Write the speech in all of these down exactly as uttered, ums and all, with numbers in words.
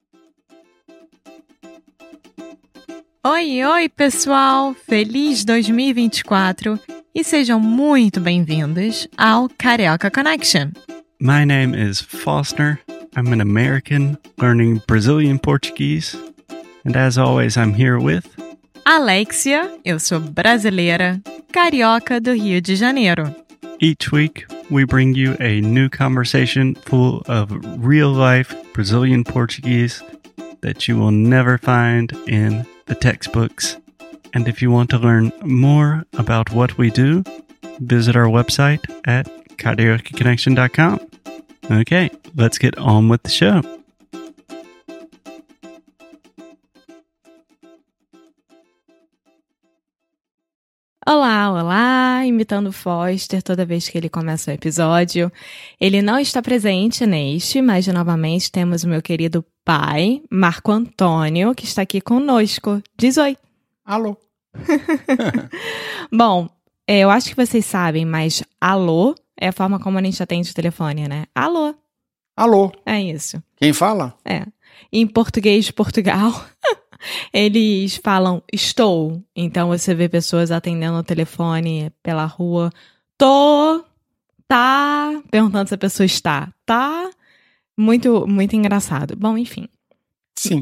Oi, oi, pessoal! Feliz dois mil e vinte e quatro e sejam muito bem-vindos ao Carioca Connection. My name is Foster. I'm an American learning Brazilian Portuguese. And as always, I'm here with... Alexia, eu sou brasileira, carioca do Rio de Janeiro. Each week, we bring you a new conversation full of real-life Brazilian Portuguese that you will never find in the textbooks. And if you want to learn more about what we do, visit our website at carioca connection dot com. Okay, let's get on with the show. Olá, olá, imitando o Foster toda vez que ele começa o episódio. Ele não está presente neste, mas novamente temos o meu querido pai, Marco Antônio, que está aqui conosco. Diz oi. Alô. Bom, eu acho que vocês sabem, mas alô é a forma como a gente atende o telefone, né? Alô. Alô. É isso. Quem fala? É. Em português de Portugal... Eles falam estou, então você vê pessoas atendendo o telefone pela rua, tô, tá, perguntando se a pessoa está, tá, muito, muito engraçado. Bom, enfim. Sim.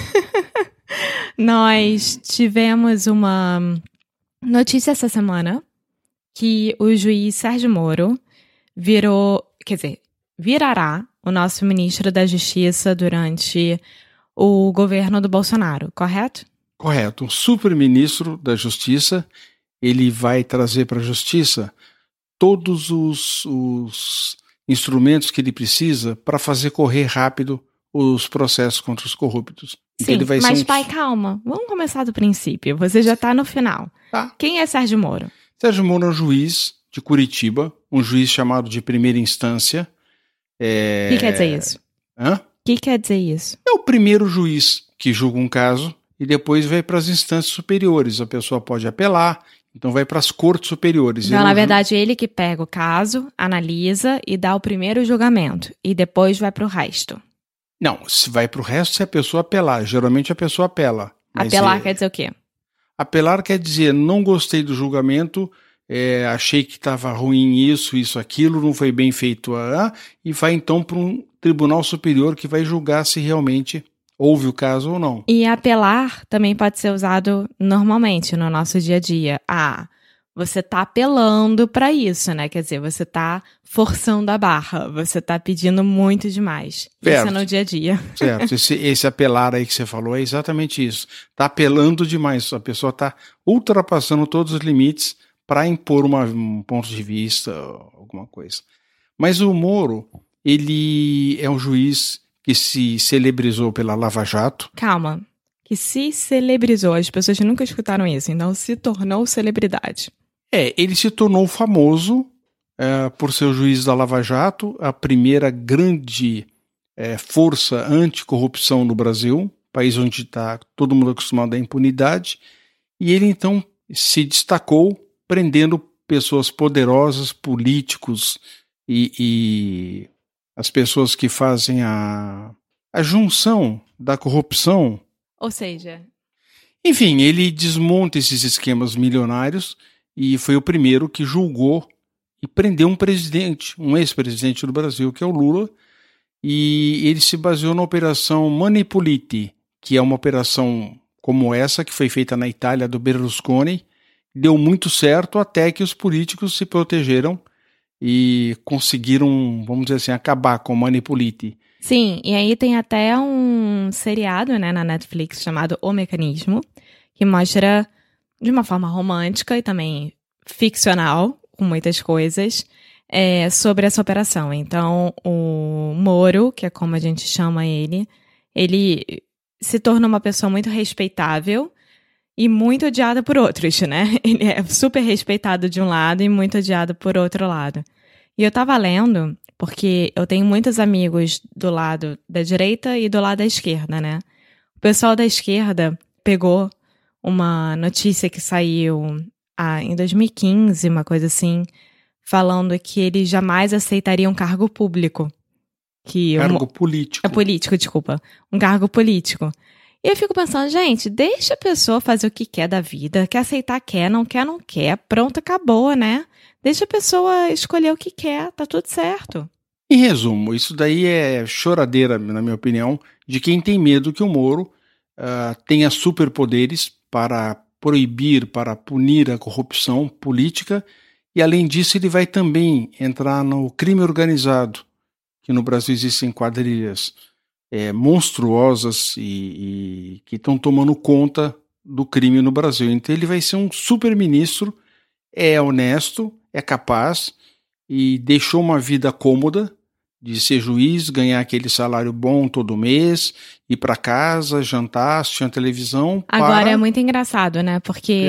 Nós tivemos uma notícia essa semana que o juiz Sérgio Moro virou, quer dizer, virará o nosso ministro da Justiça durante... o governo do Bolsonaro, correto? Correto. Um super-ministro da Justiça, ele vai trazer para a Justiça todos os, os instrumentos que ele precisa para fazer correr rápido os processos contra os corruptos. Sim, ele vai mas ser um... pai, calma. Vamos começar do princípio. Você já está no final. Tá. Quem é Sérgio Moro? Sérgio Moro é um juiz de Curitiba, um juiz chamado de primeira instância. É... O que quer dizer isso? Hã? O que quer dizer isso? É o primeiro juiz que julga um caso e depois vai para as instâncias superiores. A pessoa pode apelar, então vai para as cortes superiores. Então, ele na ju... verdade, ele que pega o caso, analisa e dá o primeiro julgamento. E depois vai para o resto. Não, se vai para o resto se a pessoa apelar. Geralmente a pessoa apela. Apelar é... quer dizer o quê? Apelar quer dizer, não gostei do julgamento, é, achei que estava ruim isso, isso, aquilo, não foi bem feito. Ah, e vai então para um tribunal superior que vai julgar se realmente houve o caso ou não. E apelar também pode ser usado normalmente no nosso dia a dia. Ah, você tá apelando para isso, né? Quer dizer, você tá forçando a barra, você tá pedindo muito demais. Certo. Isso é no dia a dia. Certo, esse, esse apelar aí que você falou é exatamente isso. Tá apelando demais, a pessoa tá ultrapassando todos os limites para impor uma, um ponto de vista, alguma coisa. Mas o Moro... ele é um juiz que se celebrizou pela Lava Jato. Calma, que se celebrizou, as pessoas nunca escutaram isso, então se tornou celebridade. É, ele se tornou famoso é, por ser o juiz da Lava Jato, a primeira grande é, força anticorrupção no Brasil, país onde está todo mundo acostumado à impunidade, e ele então se destacou prendendo pessoas poderosas, políticos e... e as pessoas que fazem a, a junção da corrupção. Ou seja... Enfim, ele desmonta esses esquemas milionários e foi o primeiro que julgou e prendeu um presidente, um ex-presidente do Brasil, que é o Lula, e ele se baseou na operação Manipuliti, que é uma operação como essa, que foi feita na Itália, do Berlusconi, deu muito certo até que os políticos se protegeram e conseguiram, vamos dizer assim, acabar com o Manipuliti. Sim, e aí tem até um seriado, né, na Netflix chamado O Mecanismo, que mostra de uma forma romântica e também ficcional, com muitas coisas, é, sobre essa operação. Então, o Moro, que é como a gente chama ele, ele se torna uma pessoa muito respeitável e muito odiada por outros, né? Ele é super respeitado de um lado e muito odiado por outro lado. E eu tava lendo, porque eu tenho muitos amigos do lado da direita e do lado da esquerda, né? O pessoal da esquerda pegou uma notícia que saiu ah, em dois mil e quinze, uma coisa assim, falando que eles jamais aceitariam cargo público. Que Cargo um, político. É político, desculpa. Um cargo político. E eu fico pensando, gente, deixa a pessoa fazer o que quer da vida. Quer aceitar, quer. Não quer, não quer. Pronto, acabou, né? Deixa a pessoa escolher o que quer. Tá tudo certo. Em resumo, isso daí é choradeira, na minha opinião, de quem tem medo que o Moro uh, tenha superpoderes para proibir, para punir a corrupção política, e além disso ele vai também entrar no crime organizado, que no Brasil existem quadrilhas é, monstruosas e, e que estão tomando conta do crime no Brasil. Então ele vai ser um super ministro, é honesto, é capaz e deixou uma vida cômoda de ser juiz, ganhar aquele salário bom todo mês, ir para casa, jantar, assistir a televisão. Agora para... é muito engraçado, né? Porque...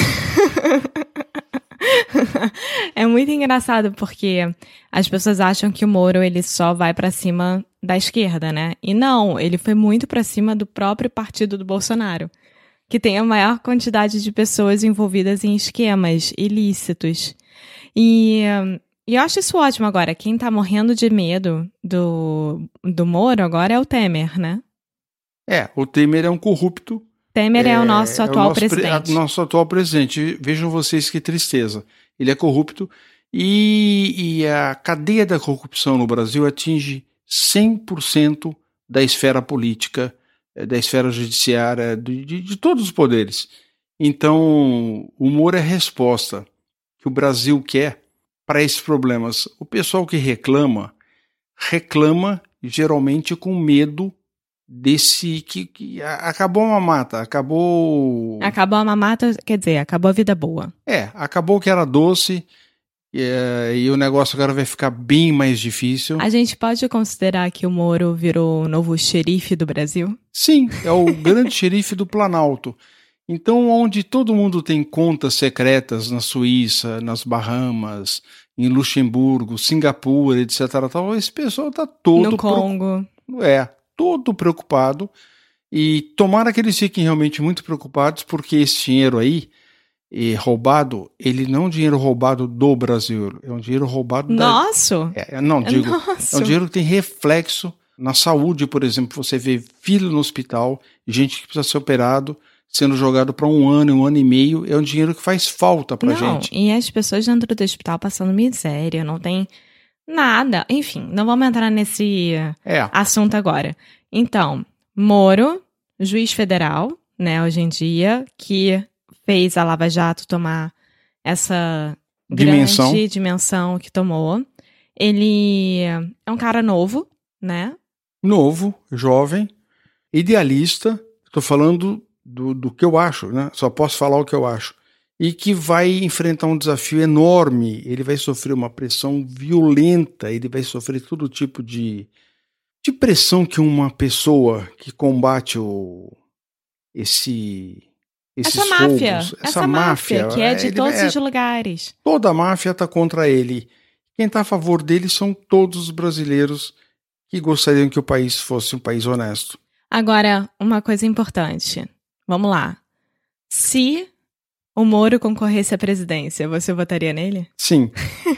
É muito engraçado porque as pessoas acham que o Moro ele só vai pra cima da esquerda, né? E não, ele foi muito pra cima do próprio partido do Bolsonaro, que tem a maior quantidade de pessoas envolvidas em esquemas ilícitos. E, e eu acho isso ótimo agora. Quem tá morrendo de medo do, do Moro agora é o Temer, né? É, o Temer é um corrupto. Temer é, é o nosso atual é o nosso presidente. Pre, nosso atual presidente. Vejam vocês que tristeza. Ele é corrupto e, e a cadeia da corrupção no Brasil atinge cem por cento da esfera política, da esfera judiciária, de, de, de todos os poderes. Então, o humor é a resposta que o Brasil quer para esses problemas. O pessoal que reclama, reclama geralmente com medo desse que, que acabou a mamata, acabou... Acabou a mamata, quer dizer, acabou a vida boa. É, acabou que era doce e, e o negócio agora vai ficar bem mais difícil. A gente pode considerar que o Moro virou o novo xerife do Brasil? Sim, é o grande xerife do Planalto. Então, onde todo mundo tem contas secretas na Suíça, nas Bahamas, em Luxemburgo, Singapura, etcétera, tal, esse pessoal está todo... No Congo. Pro... É, todo preocupado, e tomara que eles fiquem realmente muito preocupados, porque esse dinheiro aí, é, roubado, ele não é um dinheiro roubado do Brasil, é um dinheiro roubado Nossa! da... É, não, digo, Nossa. É um dinheiro que tem reflexo na saúde, por exemplo, você vê fila no hospital, gente que precisa ser operado, sendo jogado para um ano, um ano e meio, é um dinheiro que faz falta pra não, gente. E as pessoas dentro do hospital passando miséria, não tem... Nada. Enfim, não vamos entrar nesse é. assunto agora. Então, Moro, juiz federal, né, hoje em dia, que fez a Lava Jato tomar essa dimensão. grande dimensão que tomou. Ele é um cara novo, né? Novo, jovem, idealista. Estou falando do, do que eu acho, né? Só posso falar o que eu acho. E que vai enfrentar um desafio enorme, ele vai sofrer uma pressão violenta, ele vai sofrer todo tipo de, de pressão que uma pessoa que combate o, esse, esses essa máfia, roubos, essa, essa máfia, máfia que é de ele, todos é, os lugares. Toda a máfia está contra ele. Quem está a favor dele são todos os brasileiros que gostariam que o país fosse um país honesto. Agora, uma coisa importante, vamos lá. Se... o Moro concorresse à presidência, você votaria nele? Sim.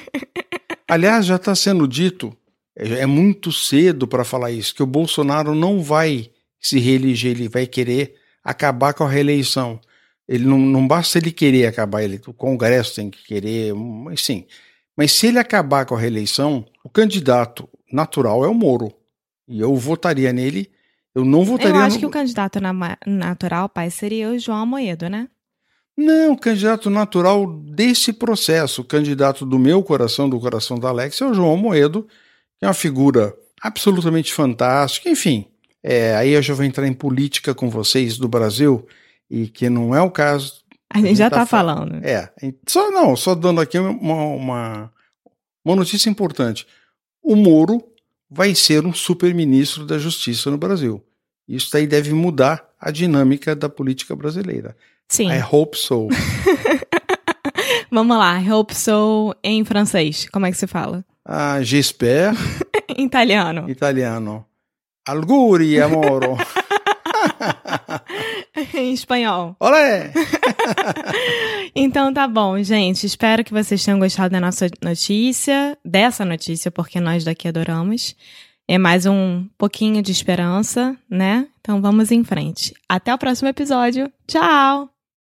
Aliás, já está sendo dito, é muito cedo para falar isso, que o Bolsonaro não vai se reeleger, ele vai querer acabar com a reeleição. Ele não, não basta ele querer acabar, ele, o Congresso tem que querer, mas sim. Mas se ele acabar com a reeleição, o candidato natural é o Moro. E eu votaria nele, eu não votaria... Eu acho no... que o candidato na, natural, pai, seria o João Amoedo, né? Não, o candidato natural desse processo, o candidato do meu coração, do coração da Alex, é o João Amoedo, que é uma figura absolutamente fantástica. Enfim, é, aí eu já vou entrar em política com vocês do Brasil, e que não é o caso. A gente, a gente já está tá falando. É, só não, só dando aqui uma, uma, uma notícia importante. O Moro vai ser um super-ministro da Justiça no Brasil. Isso daí deve mudar a dinâmica da política brasileira. Sim. I hope so. Vamos lá, hope so em francês. Como é que se fala? Ah, j'espère. Em italiano. Italiano. Auguri, amoro. Em espanhol. Olé! Então tá bom, gente. Espero que vocês tenham gostado da nossa notícia, dessa notícia, porque nós daqui adoramos. é mais um pouquinho de esperança, né? Então vamos em frente. Até o próximo episódio. Tchau!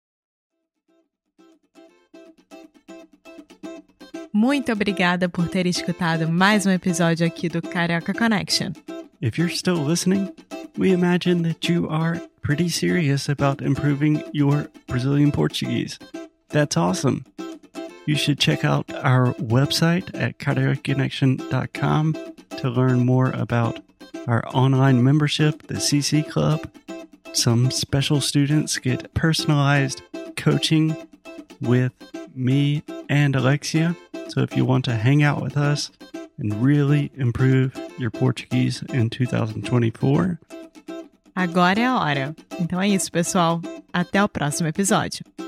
Muito obrigada por ter escutado mais um episódio aqui do Carioca Connection. If you're still listening, we imagine that you are pretty serious about improving your Brazilian Portuguese. That's awesome. You should check out our website at carioca connection dot com to learn more about our online membership, the C C Club. Some special students get personalized coaching with me and Alexia. So if you want to hang out with us and really improve your Portuguese in two thousand twenty-four. Agora é a hora. Então é isso, pessoal. Até o próximo episódio.